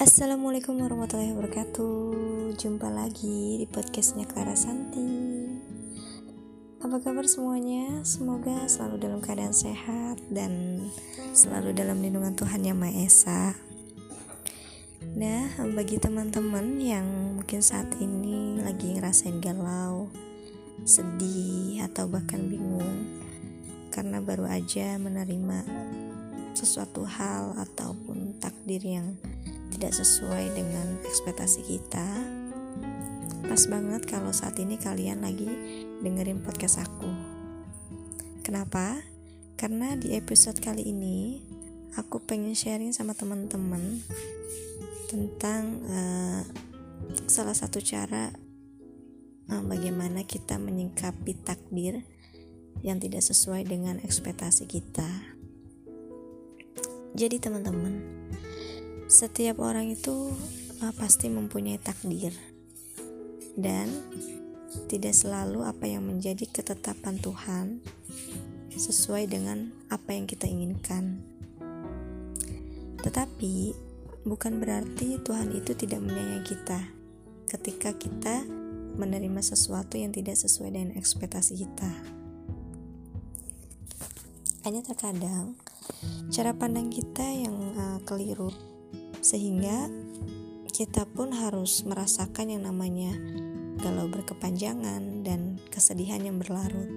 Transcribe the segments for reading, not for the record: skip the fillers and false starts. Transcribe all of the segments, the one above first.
Assalamualaikum warahmatullahi wabarakatuh. Jumpa lagi di podcastnya Clara Santi. Apa kabar semuanya? Semoga selalu dalam keadaan sehat dan selalu dalam lindungan Tuhan Yang Maha Esa. Nah, bagi teman-teman yang mungkin saat ini lagi ngerasain galau, sedih, atau bahkan bingung karena baru aja menerima sesuatu hal ataupun takdir yang tidak sesuai dengan ekspektasi kita, pas banget kalau saat ini kalian lagi dengerin podcast aku. Kenapa? Karena di episode kali ini aku pengen sharing sama teman-teman tentang salah satu cara bagaimana kita menyikapi takdir yang tidak sesuai dengan ekspektasi kita. Jadi teman-teman, setiap orang itu pasti mempunyai takdir, dan tidak selalu apa yang menjadi ketetapan Tuhan sesuai dengan apa yang kita inginkan. Tetapi bukan berarti Tuhan itu tidak menyayangi kita ketika kita menerima sesuatu yang tidak sesuai dengan ekspektasi kita. Hanya terkadang cara pandang kita yang keliru, sehingga kita pun harus merasakan yang namanya galau berkepanjangan dan kesedihan yang berlarut.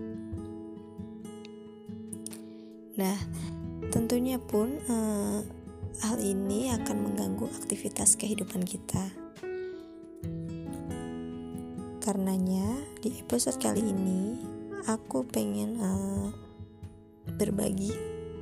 Nah, tentunya pun hal ini akan mengganggu aktivitas kehidupan kita. Karenanya di episode kali ini aku pengen berbagi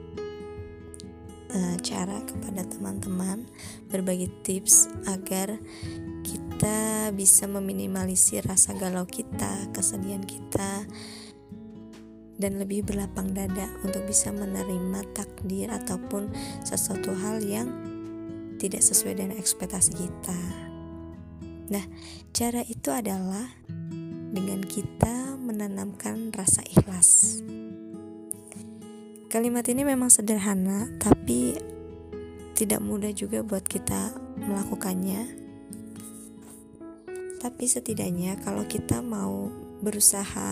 cara kepada teman-teman, berbagi tips agar kita bisa meminimalisir rasa galau kita, kesedihan kita, dan lebih berlapang dada untuk bisa menerima takdir ataupun sesuatu hal yang tidak sesuai dengan ekspektasi kita. Nah, cara itu adalah dengan kita menanamkan rasa ikhlas. Kalimat ini memang sederhana, tapi tidak mudah juga buat kita melakukannya. Tapi setidaknya kalau kita mau berusaha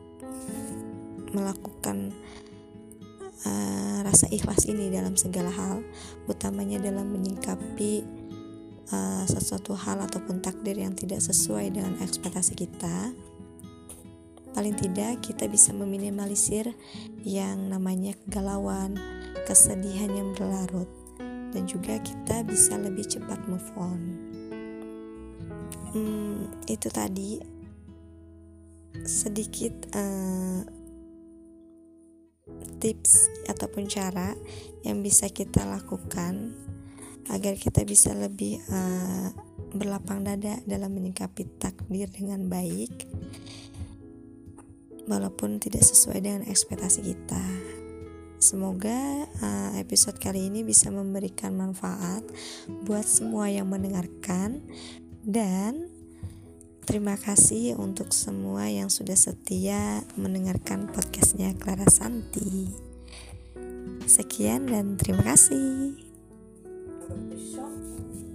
melakukan rasa ikhlas ini dalam segala hal, utamanya dalam menyikapi sesuatu hal ataupun takdir yang tidak sesuai dengan ekspektasi kita, paling tidak kita bisa meminimalisir yang namanya kegalauan, kesedihan yang berlarut, dan juga kita bisa lebih cepat move on. Itu tadi sedikit tips ataupun cara yang bisa kita lakukan agar kita bisa lebih berlapang dada dalam menyikapi takdir dengan baik, walaupun tidak sesuai dengan ekspektasi kita. Semoga episode kali ini bisa memberikan manfaat buat semua yang mendengarkan, dan terima kasih untuk semua yang sudah setia mendengarkan podcastnya Clara Santi. Sekian dan terima kasih.